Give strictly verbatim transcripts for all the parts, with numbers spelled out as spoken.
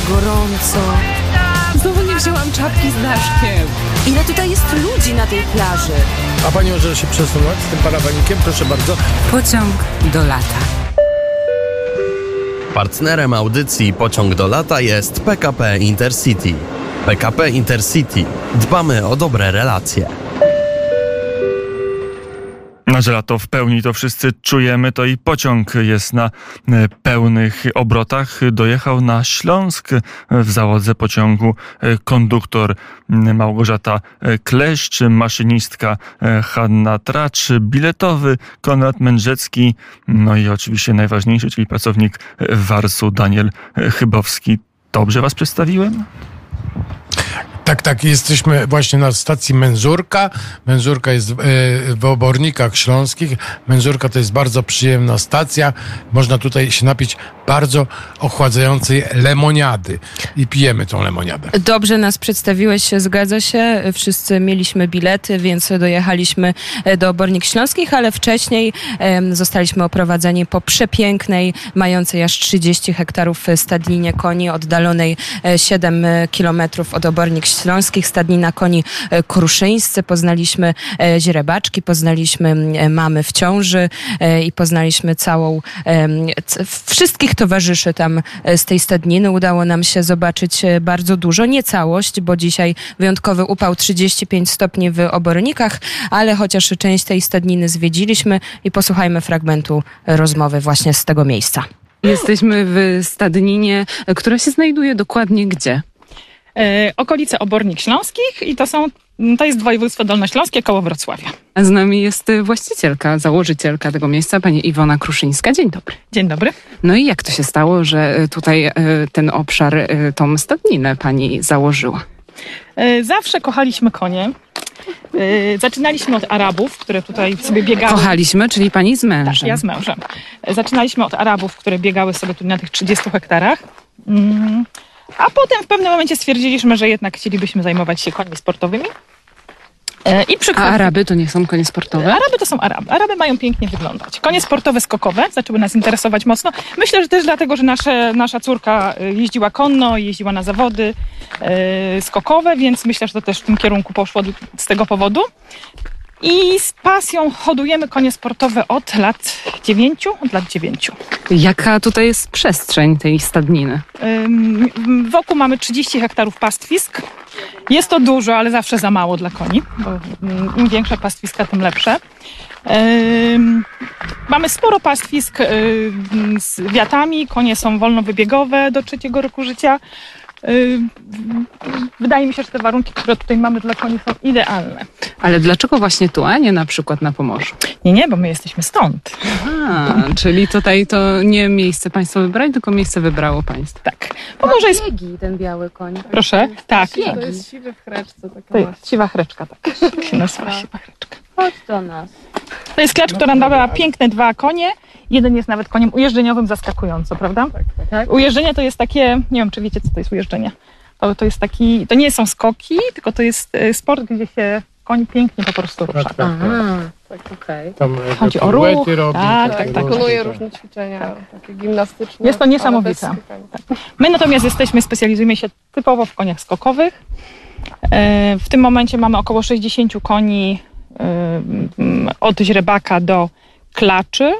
gorąco. Znowu nie wzięłam czapki z daszkiem. Ile tutaj jest ludzi na tej plaży? A pani może się przesunąć z tym parawanikiem? Proszę bardzo. Pociąg do lata. Partnerem audycji Pociąg do lata jest P K P Intercity. P K P Intercity. Dbamy o dobre relacje. No, że lato w pełni to wszyscy czujemy, to i pociąg jest na pełnych obrotach. Dojechał na Śląsk. W załodze pociągu konduktor Małgorzata Kleszcz, maszynistka Hanna Tracz, biletowy Konrad Mędrzecki, no i oczywiście najważniejszy, czyli pracownik Warsu Daniel Chybowski. Dobrze was przedstawiłem? Tak, tak, jesteśmy właśnie na stacji Menzurka. Menzurka jest w Obornikach Śląskich. Menzurka to jest bardzo przyjemna stacja. Można tutaj się napić bardzo ochładzającej lemoniady. I pijemy tą lemoniadę. Dobrze nas przedstawiłeś, zgadza się. Wszyscy mieliśmy bilety, więc dojechaliśmy do Obornik Śląskich, ale wcześniej um, zostaliśmy oprowadzeni po przepięknej, mającej aż trzydzieści hektarów stadninie koni, oddalonej siedem kilometrów od Obornik Śląskich, stadnina koni kruszyńscy. Poznaliśmy źrebaczki, poznaliśmy mamy w ciąży i poznaliśmy całą, wszystkich towarzyszy tam z tej stadniny. Udało nam się zobaczyć bardzo dużo, nie całość, bo dzisiaj wyjątkowy upał, trzydzieści pięć stopni w Obornikach, ale chociaż część tej stadniny zwiedziliśmy i posłuchajmy fragmentu rozmowy właśnie z tego miejsca. Jesteśmy w stadninie, która się znajduje dokładnie gdzie? E, okolice Obornik Śląskich i to są, to jest województwo dolnośląskie koło Wrocławia. A z nami jest właścicielka, założycielka tego miejsca, pani Iwona Kruszyńska. Dzień dobry. Dzień dobry. No i jak to się stało, że tutaj ten obszar, tą stadninę pani założyła? E, zawsze kochaliśmy konie. E, zaczynaliśmy od Arabów, które tutaj sobie biegały. Kochaliśmy, czyli pani z mężem. Tak, ja z mężem. E, zaczynaliśmy od Arabów, które biegały sobie tu na tych trzydziestu hektarach. Mm. A potem w pewnym momencie stwierdziliśmy, że jednak chcielibyśmy zajmować się końmi sportowymi. E, i A Araby to nie są konie sportowe? Araby to są Araby. Araby mają pięknie wyglądać. Konie sportowe, skokowe zaczęły nas interesować mocno. Myślę, że też dlatego, że nasze, nasza córka jeździła konno, jeździła na zawody e, skokowe, więc myślę, że to też w tym kierunku poszło z tego powodu. I z pasją hodujemy konie sportowe od lat dziewięciu, od lat dziewięciu. Jaka tutaj jest przestrzeń tej stadniny? Ym, wokół mamy trzydzieści hektarów pastwisk. Jest to dużo, ale zawsze za mało dla koni, bo im większe pastwiska, tym lepsze. Ym, mamy sporo pastwisk ym, z wiatami, konie są wolnowybiegowe do trzeciego roku życia. Wydaje mi się, że te warunki, które tutaj mamy dla koni, są idealne. Ale dlaczego właśnie tu, a nie na przykład na Pomorzu? Nie, nie, bo my jesteśmy stąd. A, czyli tutaj to nie miejsce państwo wybrali, tylko miejsce wybrało państwo. Tak. Pomorze jest... Biegi, ten biały koń. Proszę, tak. To jest siwy w chreczce. Taka to jest siwa chreczka, tak. Tak się nazywa siwa chreczka. Chodź do nas. To jest klacz, która dała piękne dwa konie. Jeden jest nawet koniem ujeżdżeniowym zaskakująco, prawda? Tak, tak. Ujeżdżenie to jest takie, nie wiem, czy wiecie, co to jest ujeżdżenie. To, to jest taki, to nie są skoki, tylko to jest sport, gdzie się koń pięknie po prostu rusza. Tak, tak, tak. tak okej. Okay. Chodzi o ruch. Robi, tak, tak, tak. Wykonuje różne ćwiczenia, tak. Takie gimnastyczne. Jest to niesamowite. Tak. My natomiast jesteśmy, specjalizujemy się typowo w koniach skokowych. W tym momencie mamy około sześćdziesięciu koni od źrebaka do klaczy.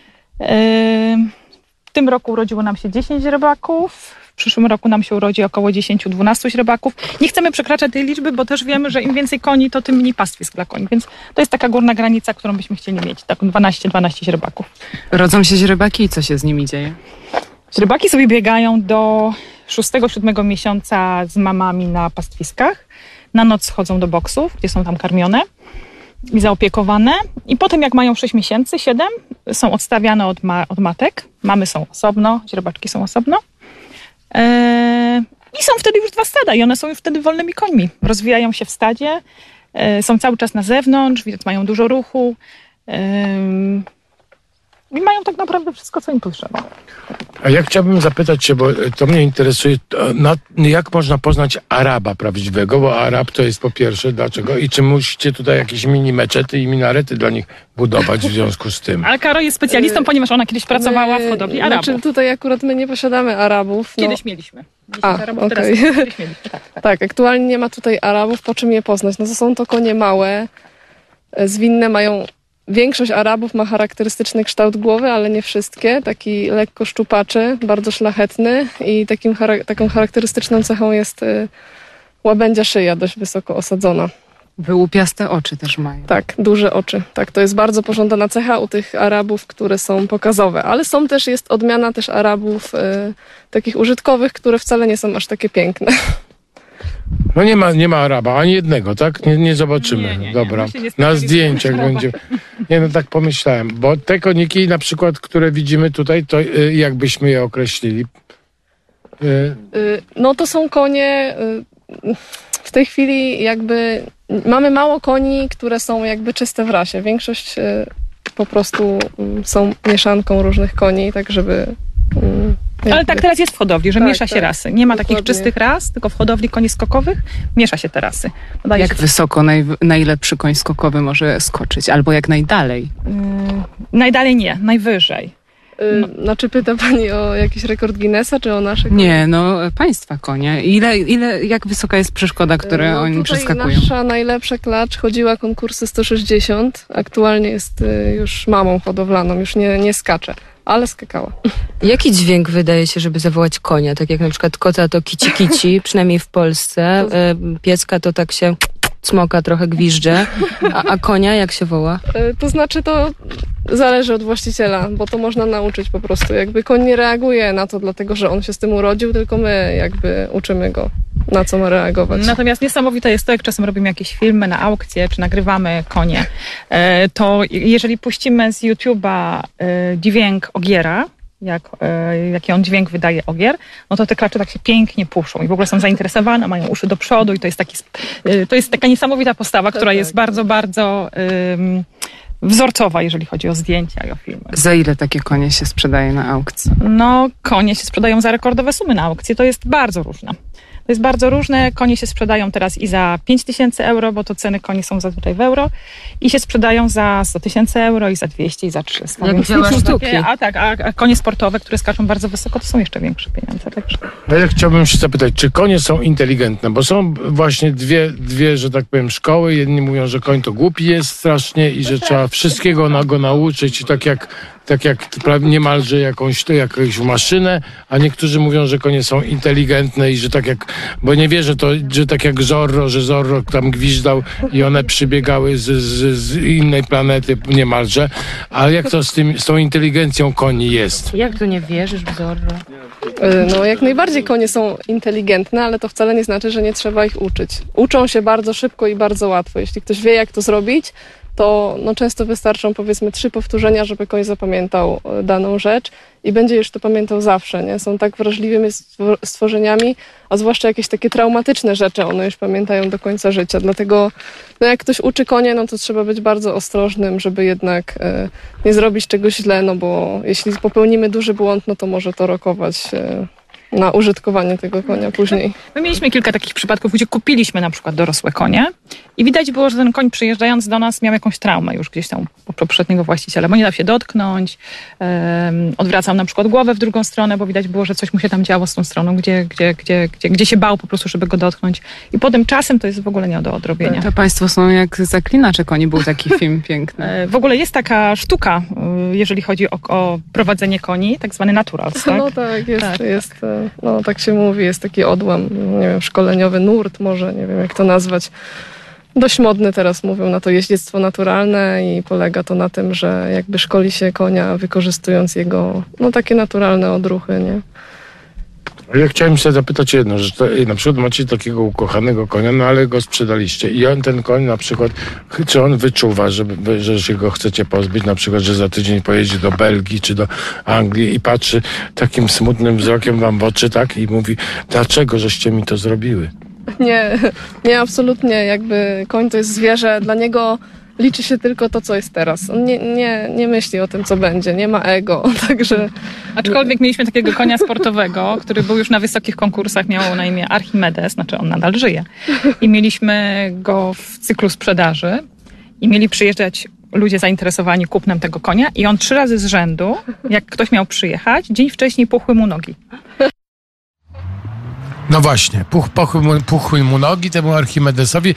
W tym roku urodziło nam się dziesięć źrebaków. W przyszłym roku nam się urodzi około dziesięć do dwunastu źrebaków. Nie chcemy przekraczać tej liczby, bo też wiemy, że im więcej koni, to tym mniej pastwisk dla koni. Więc to jest taka górna granica, którą byśmy chcieli mieć. Tak dwanaście dwanaście źrebaków. Rodzą się źrebaki i co się z nimi dzieje? Źrebaki sobie biegają do szóstego siódmego miesiąca z mamami na pastwiskach. Na noc chodzą do boksów, gdzie są tam karmione i zaopiekowane. I potem jak mają sześć miesięcy, siedem, są odstawiane od, ma- od matek. Mamy są osobno, źrebaczki są osobno. Eee, I są wtedy już dwa stada i one są już wtedy wolnymi końmi. Rozwijają się w stadzie, e, są cały czas na zewnątrz, widać, mają dużo ruchu. E, I mają tak naprawdę wszystko, co im potrzeba. A ja chciałbym zapytać się, bo to mnie interesuje, na, jak można poznać Araba prawdziwego, bo Arab to jest po pierwsze, dlaczego? I czy musicie tutaj jakieś mini meczety i minarety dla nich budować w związku z tym? Ale Karo jest specjalistą, ponieważ ona kiedyś pracowała my, w hodowli Arabów. Znaczy tutaj akurat my nie posiadamy Arabów. Kiedyś no. mieliśmy. dziesięć A, Arabów okej. teraz kiedyś mieliśmy, tak, tak. Tak, aktualnie nie ma tutaj Arabów, po czym je poznać? No to są to konie małe, e, zwinne, mają... Większość Arabów ma charakterystyczny kształt głowy, ale nie wszystkie. Taki lekko szczupaczy, bardzo szlachetny i takim, chara- taką charakterystyczną cechą jest e, łabędzia szyja, dość wysoko osadzona. Wyłupiaste oczy też mają. Tak, duże oczy. Tak, to jest bardzo pożądana cecha u tych Arabów, które są pokazowe. Ale są też, jest odmiana też Arabów e, takich użytkowych, które wcale nie są aż takie piękne. No nie ma, nie ma Araba, ani jednego, tak? Nie, nie zobaczymy. Nie, nie, nie. Dobra. My się nie Na specjalizujemy zdjęciach w Arabach. będzie. Nie, no tak pomyślałem, bo te koniki na przykład, które widzimy tutaj, to y, jakbyśmy je określili? Y, Y, No to są konie, y, w tej chwili jakby mamy mało koni, które są jakby czyste w rasie. Większość y, po prostu y, są mieszanką różnych koni, tak żeby... y, Ale jakby- tak teraz jest w hodowli, że Tak, miesza się tak. rasy. Nie ma takich Dokładnie. czystych ras, tylko w hodowli koni skokowych miesza się te rasy. Dodaje Jak się wysoko naj, najlepszy koń skokowy może skoczyć, albo jak najdalej. Yy, najdalej nie, najwyżej. Y, Znaczy pyta pani o jakiś rekord Guinnessa, czy o nasze konie? Nie, no państwa konie. Ile, ile, jak wysoka jest przeszkoda, które No, oni tutaj przeskakują? Nasza najlepsza klacz chodziła konkursy sto sześćdziesiąt. Aktualnie jest y, już mamą hodowlaną, już nie, nie skacze, ale skakała. Jaki dźwięk wydaje się, żeby zawołać konia? Tak jak na przykład kota to kici kici, przynajmniej w Polsce. Y, Pieska to tak się cmoka, trochę gwizdże. A, a konia jak się woła? Y, To znaczy to zależy od właściciela, bo to można nauczyć po prostu. Jakby koń nie reaguje na to, dlatego że on się z tym urodził, tylko my jakby uczymy go, na co ma reagować. Natomiast niesamowite jest to, jak czasem robimy jakieś filmy na aukcję, czy nagrywamy konie, e, to jeżeli puścimy z YouTube'a e, dźwięk ogiera, jak, e, jaki on dźwięk wydaje ogier, no to te klacze tak się pięknie puszczą i w ogóle są zainteresowane, mają uszy do przodu i to jest, taki, e, to jest taka niesamowita postawa, która tak, jest tak. bardzo, bardzo ym, wzorcowa, jeżeli chodzi o zdjęcia i o filmy. Za ile takie konie się sprzedaje na aukcji? No, konie się sprzedają za rekordowe sumy na aukcji. To jest bardzo różne. To jest bardzo różne. Konie się sprzedają teraz i za pięć tysięcy euro, bo to ceny koni są zazwyczaj w euro. I się sprzedają za sto tysięcy euro, i za dwieście, i za trzysta. Jak Więc wzięła to są sztuki. takie- A tak, a, a konie sportowe, które skaczą bardzo wysoko, to są jeszcze większe pieniądze. Także. No ja chciałbym się zapytać, czy konie są inteligentne? Bo są właśnie dwie, dwie, że tak powiem, szkoły. Jedni mówią, że koń to głupi jest strasznie i że trzeba wszystkiego na go nauczyć, i tak jak, tak jak prawie niemalże jakąś, to jakąś maszynę, a niektórzy mówią, że konie są inteligentne i że tak jak, bo nie wierzę to, że tak jak Zorro, że Zorro tam gwizdał i one przybiegały z, z, z innej planety niemalże. Ale jak to z, tym, z tą inteligencją koni jest? Jak tu nie wierzysz w Zorro? Y, No jak najbardziej konie są inteligentne, ale to wcale nie znaczy, że nie trzeba ich uczyć. Uczą się bardzo szybko i bardzo łatwo. Jeśli ktoś wie, jak to zrobić, to no, często wystarczą powiedzmy trzy powtórzenia, żeby koń zapamiętał e, daną rzecz i będzie już to pamiętał zawsze. Nie? Są tak wrażliwymi stwo- stworzeniami, a zwłaszcza jakieś takie traumatyczne rzeczy one już pamiętają do końca życia. Dlatego no, jak ktoś uczy konie, no to trzeba być bardzo ostrożnym, żeby jednak e, nie zrobić czegoś źle, no bo jeśli popełnimy duży błąd, no to może to rokować e, na użytkowanie tego konia później. My mieliśmy kilka takich przypadków, gdzie kupiliśmy na przykład dorosłe konie i widać było, że ten koń przyjeżdżając do nas miał jakąś traumę już gdzieś tam u poprzedniego właściciela, bo nie dał się dotknąć, um, odwracał na przykład głowę w drugą stronę, bo widać było, że coś mu się tam działo z tą stroną, gdzie, gdzie, gdzie, gdzie, gdzie się bał po prostu, żeby go dotknąć. I potem czasem to jest w ogóle nie do odrobienia. To państwo są jak zaklinacze koni. Był taki film piękny. E, W ogóle jest taka sztuka, y, jeżeli chodzi o, o prowadzenie koni, tak zwany naturals, tak? No tak, jest, Tak, jest e, no tak się mówi, jest taki odłam, nie wiem, szkoleniowy nurt może, nie wiem jak to nazwać. Dość modny teraz mówią na to jeździectwo naturalne i polega to na tym, że jakby szkoli się konia wykorzystując jego, no takie naturalne odruchy, nie? Ja chciałem się zapytać jedno, że to, na przykład macie takiego ukochanego konia, no ale go sprzedaliście i on, ten koń na przykład, czy on wyczuwa, żeby, że się go chcecie pozbyć, na przykład, że za tydzień pojedzie do Belgii czy do Anglii i patrzy takim smutnym wzrokiem wam w oczy, tak, i mówi, dlaczego żeście mi to zrobiły? Nie, nie, absolutnie, jakby koń to jest zwierzę, dla niego liczy się tylko to, co jest teraz. On nie, nie, nie myśli o tym, co będzie, nie ma ego, także... Aczkolwiek mieliśmy takiego konia sportowego, który był już na wysokich konkursach, miał na imię Archimedes, znaczy on nadal żyje. I mieliśmy go w cyklu sprzedaży i mieli przyjeżdżać ludzie zainteresowani kupnem tego konia i on trzy razy z rzędu, jak ktoś miał przyjechać, dzień wcześniej puchły mu nogi. No właśnie, puch, puchły, mu, puchły mu nogi temu Archimedesowi.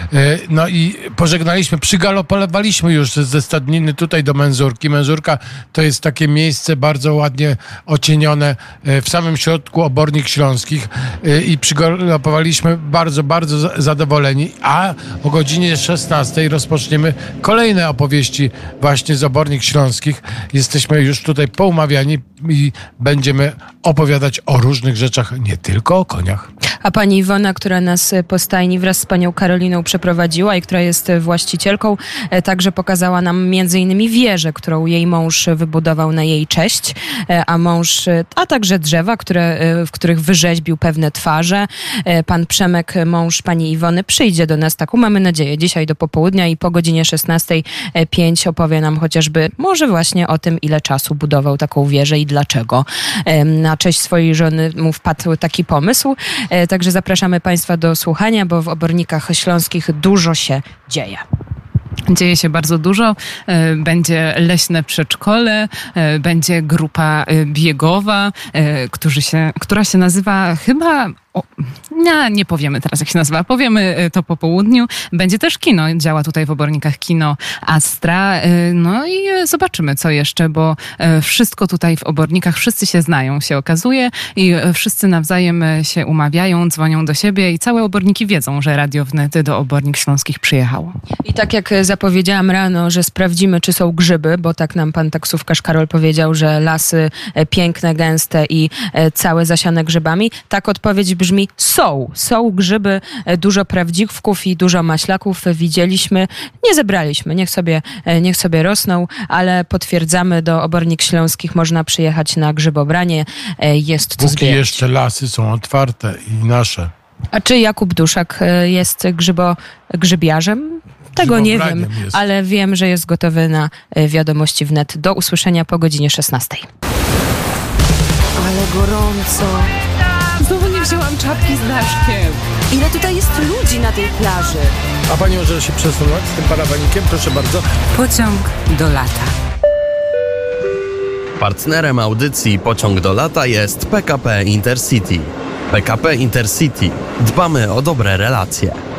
No i pożegnaliśmy, przygalopowaliśmy już ze stadniny tutaj do Menzurki. Menzurka to jest takie miejsce bardzo ładnie ocienione w samym środku Obornik Śląskich i przygalopowaliśmy bardzo, bardzo zadowoleni. A o godzinie szesnastej rozpoczniemy kolejne opowieści właśnie z Obornik Śląskich. Jesteśmy już tutaj poumawiani i będziemy opowiadać o różnych rzeczach, nie tylko o koniach. A pani Iwona, która nas po stajni wraz z panią Karoliną przeprowadziła i która jest właścicielką, także pokazała nam między innymi wieżę, którą jej mąż wybudował na jej cześć, a mąż, a także drzewa, które, w których wyrzeźbił pewne twarze. Pan Przemek, mąż pani Iwony, przyjdzie do nas, taką mamy nadzieję, dzisiaj do popołudnia i po godzinie szesnastej pięć opowie nam chociażby może właśnie o tym, ile czasu budował taką wieżę i dlaczego. Na cześć swojej żony mu wpadł taki pomysł. Także zapraszamy Państwa do słuchania, bo w Obornikach Śląskich dużo się dzieje. Dzieje się bardzo dużo. Będzie leśne przedszkole, będzie grupa biegowa, którzy się, która się nazywa chyba... O, nie, nie powiemy teraz, jak się nazywa. Powiemy to po południu. Będzie też kino. Działa tutaj w Obornikach kino Astra. No i zobaczymy, co jeszcze, bo wszystko tutaj w Obornikach, wszyscy się znają, się okazuje i wszyscy nawzajem się umawiają, dzwonią do siebie i całe Oborniki wiedzą, że Radio Wnet do Obornik Śląskich przyjechało. I tak jak zapowiedziałam rano, że sprawdzimy, czy są grzyby, bo tak nam pan taksówkarz Karol powiedział, że lasy piękne, gęste i całe zasiane grzybami, tak odpowiedź brzmi są. Są grzyby, dużo prawdziwków i dużo maślaków widzieliśmy. Nie zebraliśmy, niech sobie, niech sobie rosną, ale potwierdzamy, do Obornik Śląskich można przyjechać na grzybobranie. Jest to Póki zbierać. jeszcze lasy są otwarte i nasze. A czy Jakub Duszak jest grzybo, grzybiarzem? Tego nie wiem, jest. Ale wiem, że jest gotowy na Wiadomości Wnet. Do usłyszenia po godzinie szesnastej. Ale gorąco. Znowu nie wzięłam czapki z daszkiem. Ile tutaj jest ludzi na tej plaży? A pani może się przesunąć z tym parawanikiem? Proszę bardzo. Pociąg do lata. Partnerem audycji Pociąg do lata jest P K P Intercity. P K P Intercity. Dbamy o dobre relacje.